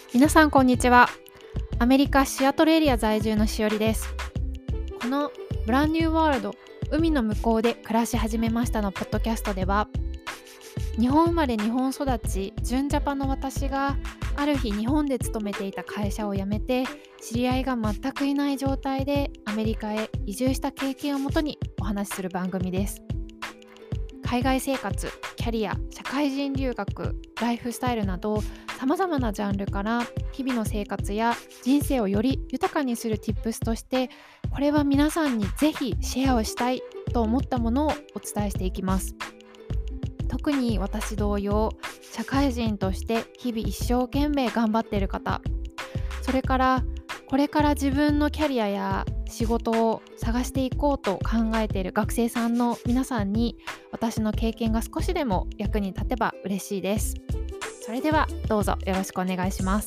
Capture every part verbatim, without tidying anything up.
皆さんこんにちは。アメリカシアトルエリア在住のしおりです。このブランニューワールド海の向こうで暮らし始めましたのポッドキャストでは、日本生まれ日本育ち純ジャパの私がある日日本で勤めていた会社を辞めて、知り合いが全くいない状態でアメリカへ移住した経験をもとにお話しする番組です。海外生活、キャリア、社会人留学、ライフスタイルなどさまざまなジャンルから日々の生活や人生をより豊かにする Tips として、これは皆さんにぜひシェアをしたいと思ったものをお伝えしていきます。特に私同様、社会人として日々一生懸命頑張っている方、それからこれから自分のキャリアや仕事を探していこうと考えている学生さんの皆さんに、私の経験が少しでも役に立てば嬉しいです。それではどうぞよろしくお願いします。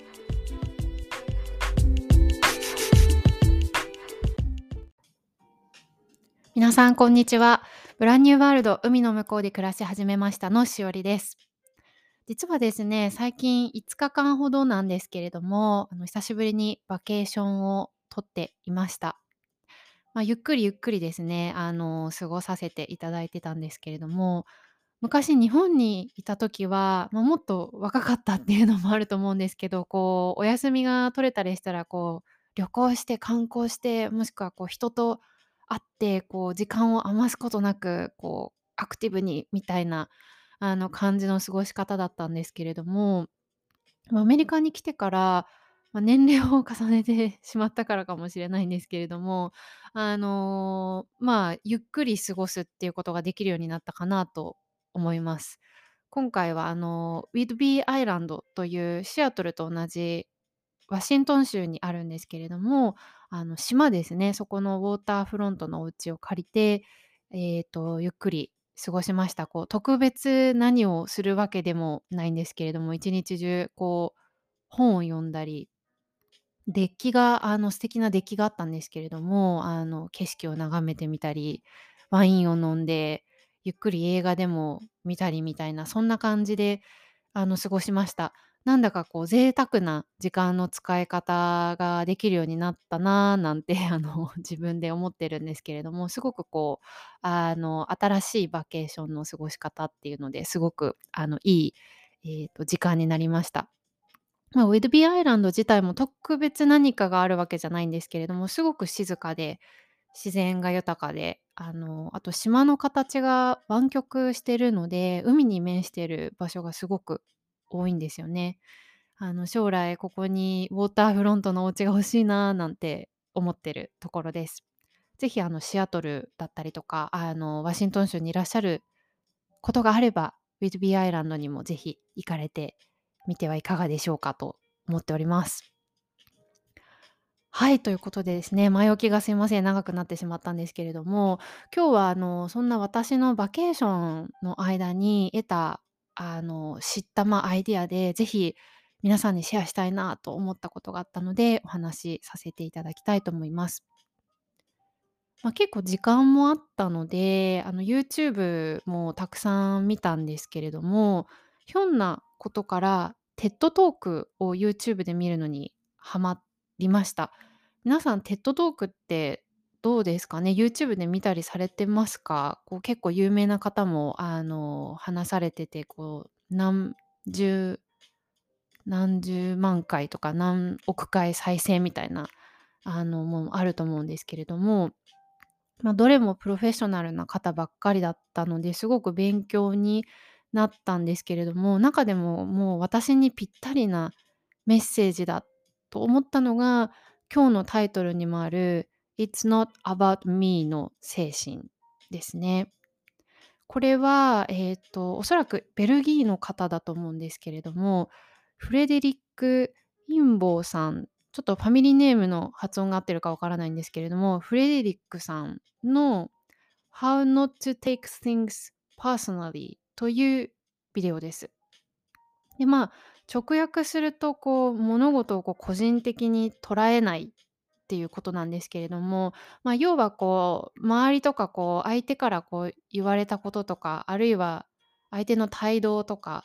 皆さんこんにちは。ブランニューワールド海の向こうで暮らし始めましたのしおりです。実はですね、最近いつかかんほどなんですけれども、あの久しぶりにバケーションをとっていました。まあ、ゆっくりゆっくりですね、あの過ごさせていただいてたんですけれども、昔日本にいた時は、まあ、もっと若かったっていうのもあると思うんですけど、こうお休みが取れたりしたら、こう旅行して観光して、もしくはこう人と会ってこう時間を余すことなくこうアクティブにみたいなあの感じの過ごし方だったんですけれども、ま、アメリカに来てから、ま、年齢を重ねてしまったからかもしれないんですけれども、あの、まあ、ゆっくり過ごすっていうことができるようになったかなと思います。今回はあの、ウィドビーアイランドというシアトルと同じワシントン州にあるんですけれども、あの、島ですね。そこのウォーターフロントのお家を借りて、えっと、ゆっくり過ごしました。こう、特別何をするわけでもないんですけれども、一日中こう、本を読んだり、デッキがあの、素敵なデッキがあったんですけれども、あの、景色を眺めてみたり、ワインを飲んで、ゆっくり映画でも見たりみたいな、そんな感じで、あの、過ごしました。なんだかこう贅沢な時間の使い方ができるようになったななんてあの、自分で思ってるんですけれども、すごくこう、あの、新しいバケーションの過ごし方っていうので、すごくあの、いい、えっと、時間になりました。まあ、ウィドビーアイランド自体も特別何かがあるわけじゃないんですけれども、すごく静かで、自然が豊かで、あの、あと島の形が湾曲してるので、海に面している場所がすごく多いんですよね。あの、将来ここにウォーターフロントのお家が欲しいななんて思ってるところです。ぜひあの、シアトルだったりとか、あの、ワシントン州にいらっしゃることがあれば、ウィドビーアイランドにもぜひ行かれてみてはいかがでしょうかと思っております。はい、ということでですね、前置きがすいません、長くなってしまったんですけれども、今日はあの、そんな私のバケーションの間に得た、あの、知った、ま、アイディアで、ぜひ皆さんにシェアしたいなと思ったことがあったので、お話しさせていただきたいと思います。まあ、結構時間もあったので、あの YouTube もたくさん見たんですけれども、ひょんなことから テッド トークを YouTube で見るのにハマりました。皆さん テッド トークってどうですかね？ YouTube で見たりされてますか？こう結構有名な方もあの話されてて、こう何十何十万回とか何億回再生みたいなあのもうあると思うんですけれども、まあ、どれもプロフェッショナルな方ばっかりだったので、すごく勉強になったんですけれども、中でももう私にぴったりなメッセージだと思ったのが、今日のタイトルにもある It's not about me の精神ですね。これは、えっと、おそらくベルギーの方だと思うんですけれども、フレデリック・インボーさん、ちょっとファミリーネームの発音が合ってるかわからないんですけれども、フレデリックさんの How not to take things personally というビデオです。で、まあ、直訳すると、こう、物事をこう個人的に捉えないっていうことなんですけれども、まあ、要はこう、周りとかこう、相手からこう言われたこととか、あるいは相手の態度とか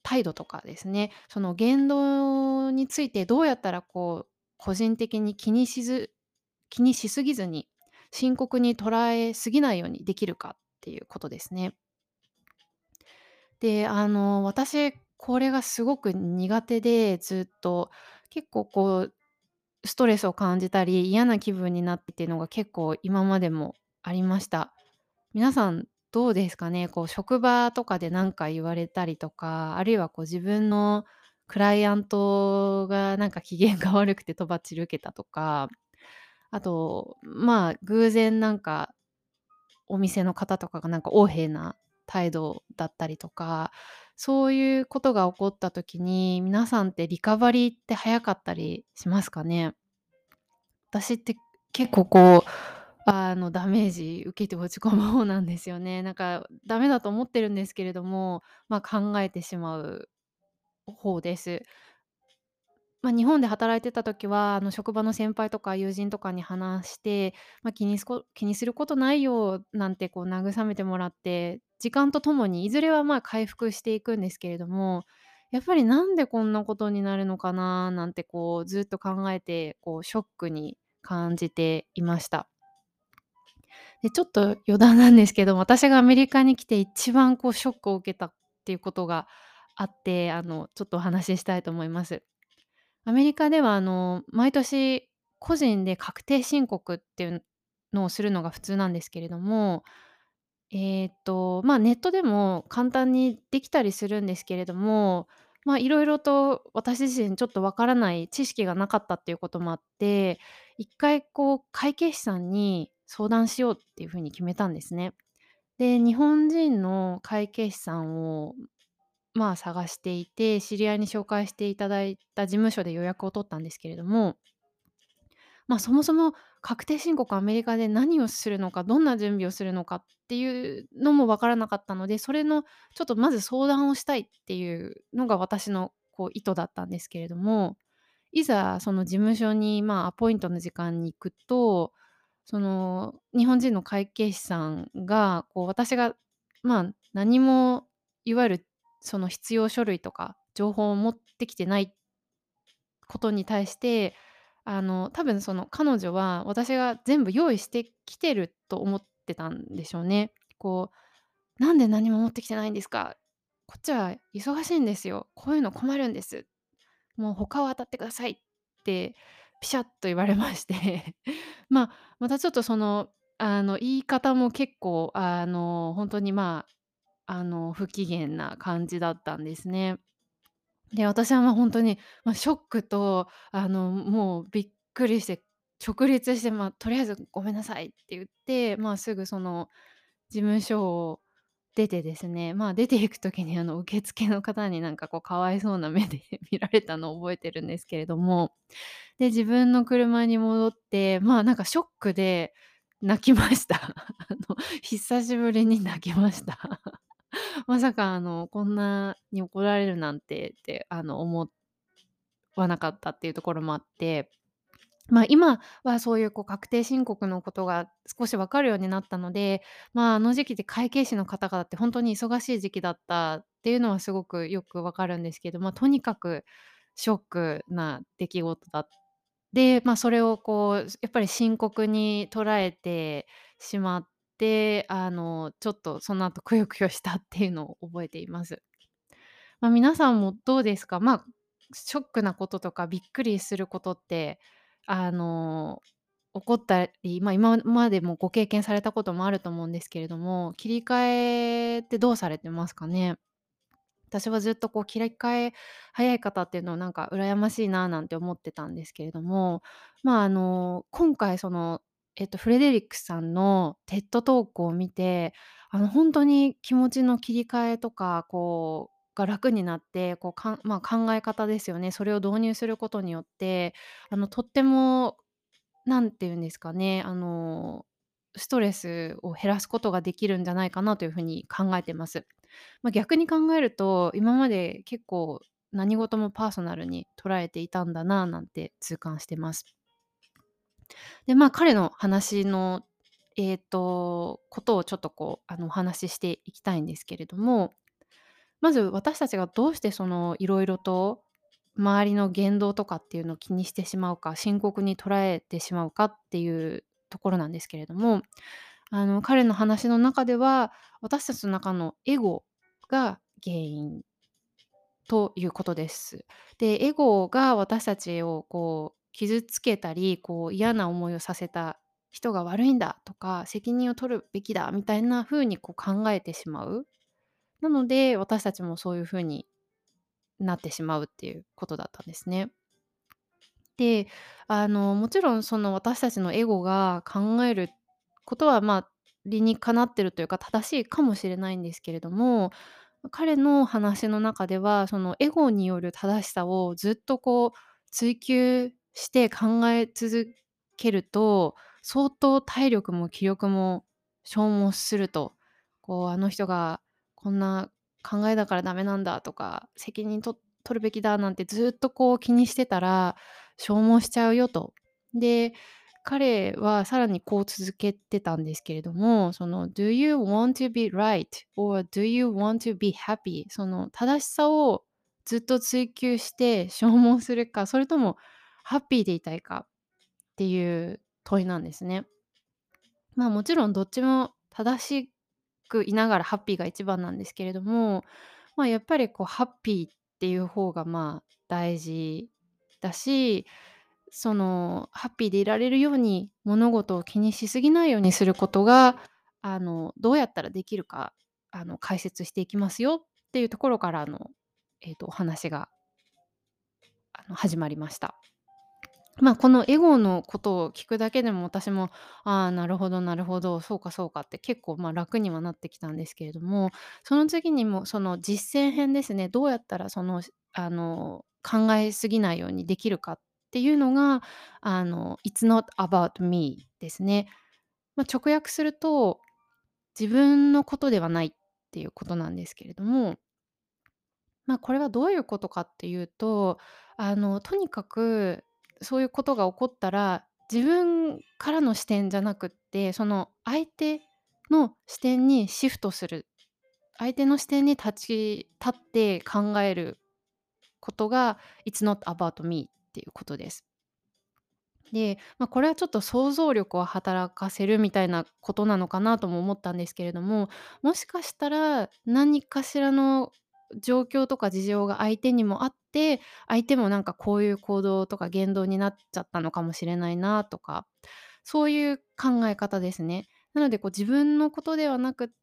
態度とかですね、その言動についてどうやったらこう、個人的に気にしず気にしすぎずに、深刻に捉えすぎないようにできるかっていうことですね。で、あの、私、これがすごく苦手で、ずっと、結構こう、ストレスを感じたり、嫌な気分になってっていうのが結構今までもありました。皆さんどうですかね？こう職場とかで何か言われたりとか、あるいはこう自分のクライアントがなんか機嫌が悪くてとばっちり受けたとか、あと、まあ、偶然なんかお店の方とかがなんか横柄な態度だったりとか、そういうことが起こった時に、皆さんってリカバリーって早かったりしますかね？私って結構こう、あの、ダメージ受けて落ち込む方なんですよね。なんかダメだと思ってるんですけれども、ま、考えてしまう方です。ま、日本で働いてた時は、あの、職場の先輩とか友人とかに話して、ま、気にすこ気にすることないよなんてこう慰めてもらって、時間とともにいずれは、ま、回復していくんですけれども、やっぱりなんでこんなことになるのかななんてこうずっと考えて、こうショックに感じていました。で、ちょっと余談なんですけど、私がアメリカに来て一番こうショックを受けたっていうことがあって、あの、ちょっとお話ししたいと思います。アメリカではあの、毎年個人で確定申告っていうのをするのが普通なんですけれども、えっと、まあ、ネットでも簡単にできたりするんですけれども、まあ、いろいろと私自身ちょっとわからない知識がなかったっていうこともあって、一回こう会計士さんに相談しようっていう風に決めたんですね。で、日本人の会計士さんを、まあ、探していて、知り合いに紹介していただいた事務所で予約を取ったんですけれども、まあ、そもそも確定申告アメリカで何をするのか、どんな準備をするのかっていうのも分からなかったので、それのちょっとまず相談をしたいっていうのが私のこう意図だったんですけれども、いざその事務所に、まあ、アポイントの時間に行くと、その日本人の会計士さんが、こう私が、まあ、何もいわゆるその必要書類とか情報を持ってきてないことに対して、あの、多分その彼女は私が全部用意してきてると思ってたんでしょうね。こう、「なんで何も持ってきてないんですか？こっちは忙しいんですよ。こういうの困るんです。もう他を当たってください」ってピシャッと言われましてまあ、またちょっとその、あの、言い方も結構あの、ほんとにまあ、あの、不機嫌な感じだったんですね。で、私はまあ、ほんとに、ま、ショックと、あの、もうびっくりして、直立して、ま、とりあえずごめんなさいって言って、まあ、すぐその事務所を出てですね、まあ、出て行く時にあの、受付の方になんかこうかわいそうな目で見られたのを覚えてるんですけれども、で、自分の車に戻って、まあ、なんかショックで泣きました。あの、久しぶりに泣きました。まさかあの、こんなに怒られるなんてって、あの、思わなかったっていうところもあって、まあ、今はそういうこう確定申告のことが少し分かるようになったので、まあ、あの時期で会計士の方々って本当に忙しい時期だったっていうのはすごくよく分かるんですけど、まあ、とにかくショックな出来事だで、まあ、それをこうやっぱり深刻に捉えてしまって、あの、ちょっとその後くよくよしたっていうのを覚えています。まあ、皆さんもどうですか？まあ、ショックなこととかびっくりすることって、あの、起こったり、まあ、今までもご経験されたこともあると思うんですけれども、切り替えってどうされてますかね？私はずっとこう切り替え早い方っていうのをなんか羨ましいななんて思ってたんですけれども、まあ、あの、今回その、えっと、フレデリックさんのテッドトークを見て、あの、ほんとに気持ちの切り替えとか、こう、が楽になって、こう、かんまあ、考え方ですよね。それを導入することによって、あの、とってもなんて言うんですかね、あの、ストレスを減らすことができるんじゃないかなというふうに考えてます。まあ、逆に考えると、今まで結構何事もパーソナルに捉えていたんだななんて痛感してます。で、まあ、彼の話の、えっと、ことをちょっとこう、あの、お話ししていきたいんですけれども、 まず私たちがどうしてそのいろいろと周りの言動とかっていうのを気にしてしまうか、深刻に捉えてしまうかっていうところなんですけれども、あの彼の話の中では、私たちの中のエゴが原因ということです。で、エゴが私たちをこう傷つけたり、こう嫌な思いをさせた人が悪いんだとか、責任を取るべきだみたいな風にこう考えてしまう。なので、私たちもそういう風になってしまうっていうことだったんですね。で、あの、もちろんその私たちのエゴが考えることは、まあ、理にかなってるというか、正しいかもしれないんですけれども、彼の話の中では、そのエゴによる正しさをずっとこう追求して考え続けると、相当体力も気力も消耗すると。こう、あの人がこんな考えだからダメなんだとか、責任と取るべきだなんてずっとこう気にしてたら消耗しちゃうよと。で、彼はさらにこう続けてたんですけれども、その "Do you want to be right or do you want to be happy?" その正しさをずっと追求して消耗するか、それともハッピーでいたいかっていう問いなんですね。まあ、もちろんどっちも正しくいながらハッピーが一番なんですけれども、まあ、やっぱりこうハッピーっていう方がまあ大事だし、そのハッピーでいられるように物事を気にしすぎないようにすることが、あのどうやったらできるか、あの解説していきますよっていうところからあの、えーとお話があの始まりました。まあ、このエゴのことを聞くだけでも私も、ああ、なるほどなるほど、そうかそうかって結構、ま、楽にはなってきたんですけれども、その次にもその実践編ですね、どうやったらその、あの、考えすぎないようにできるかっていうのが、あの、It's not about me ですね。ま、直訳すると、自分のことではないっていうことなんですけれども、まあ、これはどういうことかっていうと、あの、とにかくそういうことが起こったら、自分からの視点じゃなくって、その相手の視点にシフトする。相手の視点に立ち立って考えることが、It's not about me っていうことです。で、まあ、これはちょっと想像力を働かせるみたいなことなのかなとも思ったんですけれども、もしかしたら何かしらの状況とか事情が相手にもあって、相手もなんかこういう行動とか言動になっちゃったのかもしれないなとか、そういう考え方ですね。なのでこう自分のことではなくって、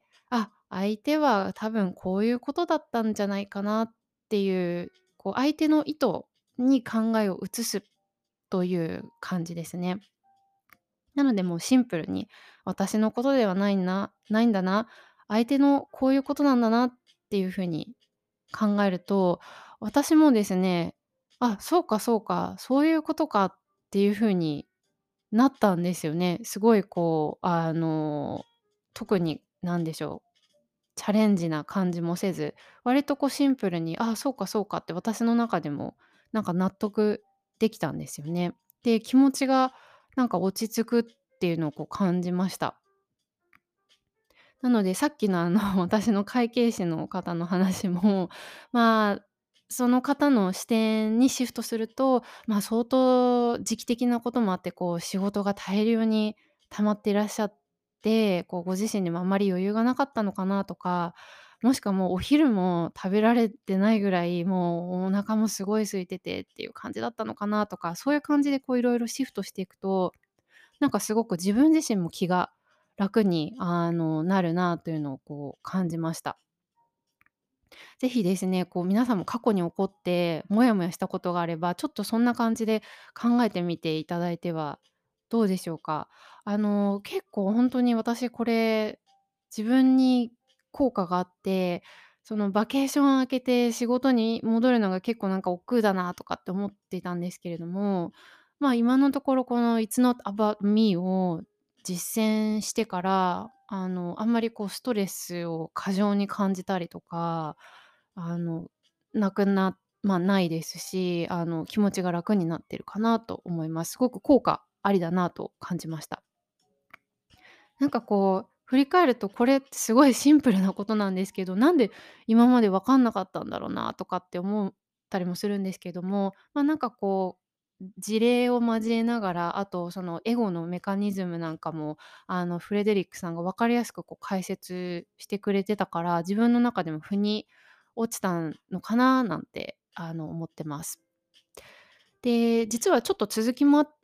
あ、相手は多分こういうことだったんじゃないかなっていう、こう相手の意図に考えを移すという感じですね。なのでもうシンプルに、私のことではないなないんだな、相手のこういうことなんだなっていう風に考えると、私もですね、あ、そうかそうか、そういうことかっていう風になったんですよね。すごいこう、あの、特に何でしょう、チャレンジな感じもせず、割とこうシンプルに、あ、そうかそうかって私の中でもなんか納得できたんですよね。で、気持ちがなんか落ち着くっていうのをこう感じました。なのでさっきのあの私の会計士の方の話も、まあ、その方の視点にシフトすると、まあ、相当時期的なこともあって、こう仕事が大量に溜まっていらっしゃって、こうご自身にもあんまり余裕がなかったのかなとか、もしくはもうお昼も食べられてないぐらい、もうお腹もすごい空いててっていう感じだったのかなとか、そういう感じでこういろいろシフトしていくと、なんかすごく自分自身も気が楽に、あの、なるなというのをこう感じました。ぜひですね、こう皆さんも過去に起こってモヤモヤしたことがあれば、ちょっとそんな感じで考えてみていただいてはどうでしょうか。あの、結構本当に私これ、自分に効果があって、そのバケーション明けて仕事に戻るのが結構なんか億劫だなとかって思っていたんですけれども、まあ、今のところこの It's not about me を実践してから、あの、あんまりこうストレスを過剰に感じたりとか、あの、なくなまあ、ないですし、あの、気持ちが楽になってるかなと思います。すごく効果ありだなと感じました。なんかこう、 振り返るとこれってすごいシンプルなことなんですけど、なんで今まで分かんなかったんだろうなとかって思ったりもするんですけども、ま、なんかこう事例を交えながら、あとそのエゴのメカニズムなんかもあのフレデリックさんが分かりやすくこう解説してくれてたから、自分の中でも腑に落ちたのかななんてあの思ってます。で、実はちょっと続きもあって、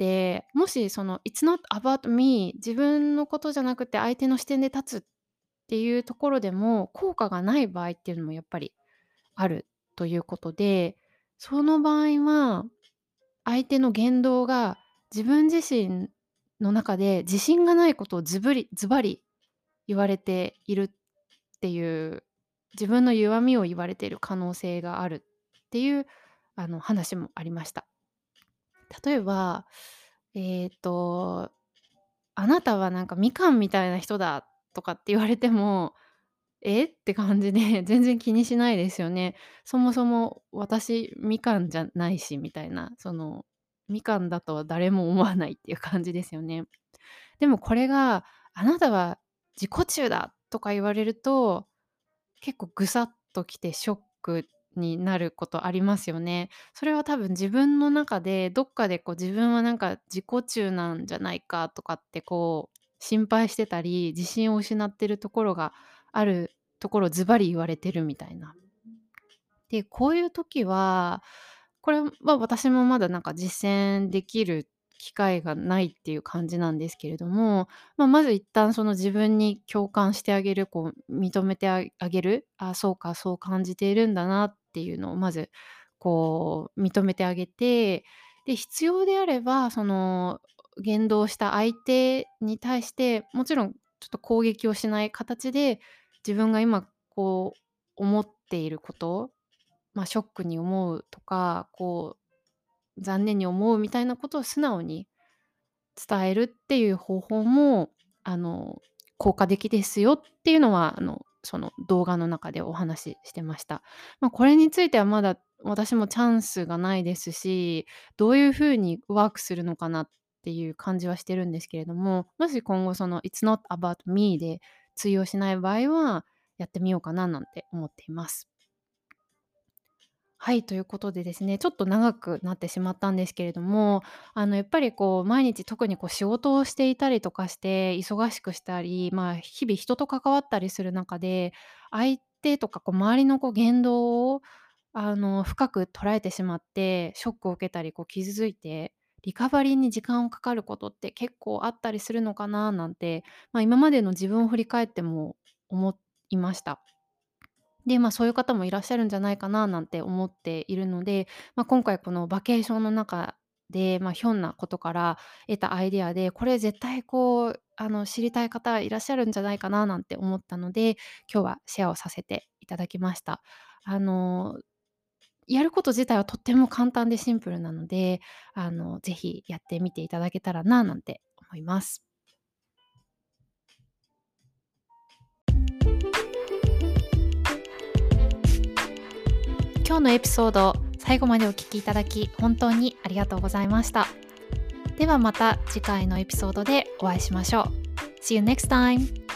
もしその It's not about me 自分のことじゃなくて相手の視点で立つっていうところでも効果がない場合っていうのもやっぱりあるということで、その場合は相手の言動が自分自身の中で自信がないことをズブリズバリ言われているっていう、自分の弱みを言われている可能性があるっていうあの話もありました。例えば、えっと、あなたはなんかみかんみたいな人だとかって言われても、えって感じで全然気にしないですよね。そもそも私みかんじゃないしみたいな、そのみかんだとは誰も思わないっていう感じですよね。でもこれがあなたは自己中だとか言われると結構ぐさっときてショックになることありますよね。それは多分自分の中でどっかでこう自分はなんか自己中なんじゃないかとかってこう心配してたり、自信を失ってるところがあるところをズバリ言われてるみたいな。で、こういう時は、これは私もまだなんか実践できる機会がないっていう感じなんですけれども、まあ、まず一旦その自分に共感してあげる、こう認めてああげる、あ、そうか、そう感じているんだなっていうのをまずこう認めてあげて、で、必要であればその言動した相手に対してもちろんちょっと攻撃をしない形で、自分が今こう思っていることまあ、ショックに思うとか、こう残念に思うみたいなことを素直に伝えるっていう方法も、あの、効果的ですよっていうのは、あの、その動画の中でお話ししてました。まあ、これについてはまだ私もチャンスがないですし、どういう風にワークするのかなっていう感じはしてるんですけれども、もし今後その It's not about me で通用しない場合は、やってみようかななんて思っています。はい、ということでですね、ちょっと長くなってしまったんですけれども、あのやっぱりこう毎日特にこう仕事をしていたりとかして忙しくしたり、まあ、日々人と関わったりする中で、相手とかこう周りのこう言動をあの深く捉えてしまって、ショックを受けたりこう傷ついて、リカバリーに時間をかかることって結構あったりするのかななんて、まあ、今までの自分を振り返っても思いました。で、まあ、そういう方もいらっしゃるんじゃないかななんて思っているので、まあ、今回このバケーションの中で、まあ、ひょんなことから得たアイデアで、これ絶対こう、あの、知りたい方いらっしゃるんじゃないかななんて思ったので、今日はシェアをさせていただきました。あの、やること自体はとっても簡単でシンプルなので、あの、ぜひやってみていただけたらななんて思います。今日のエピソード、最後までお聞きいただき、本当にありがとうございました。ではまた次回のエピソードでお会いしましょう。See you next time!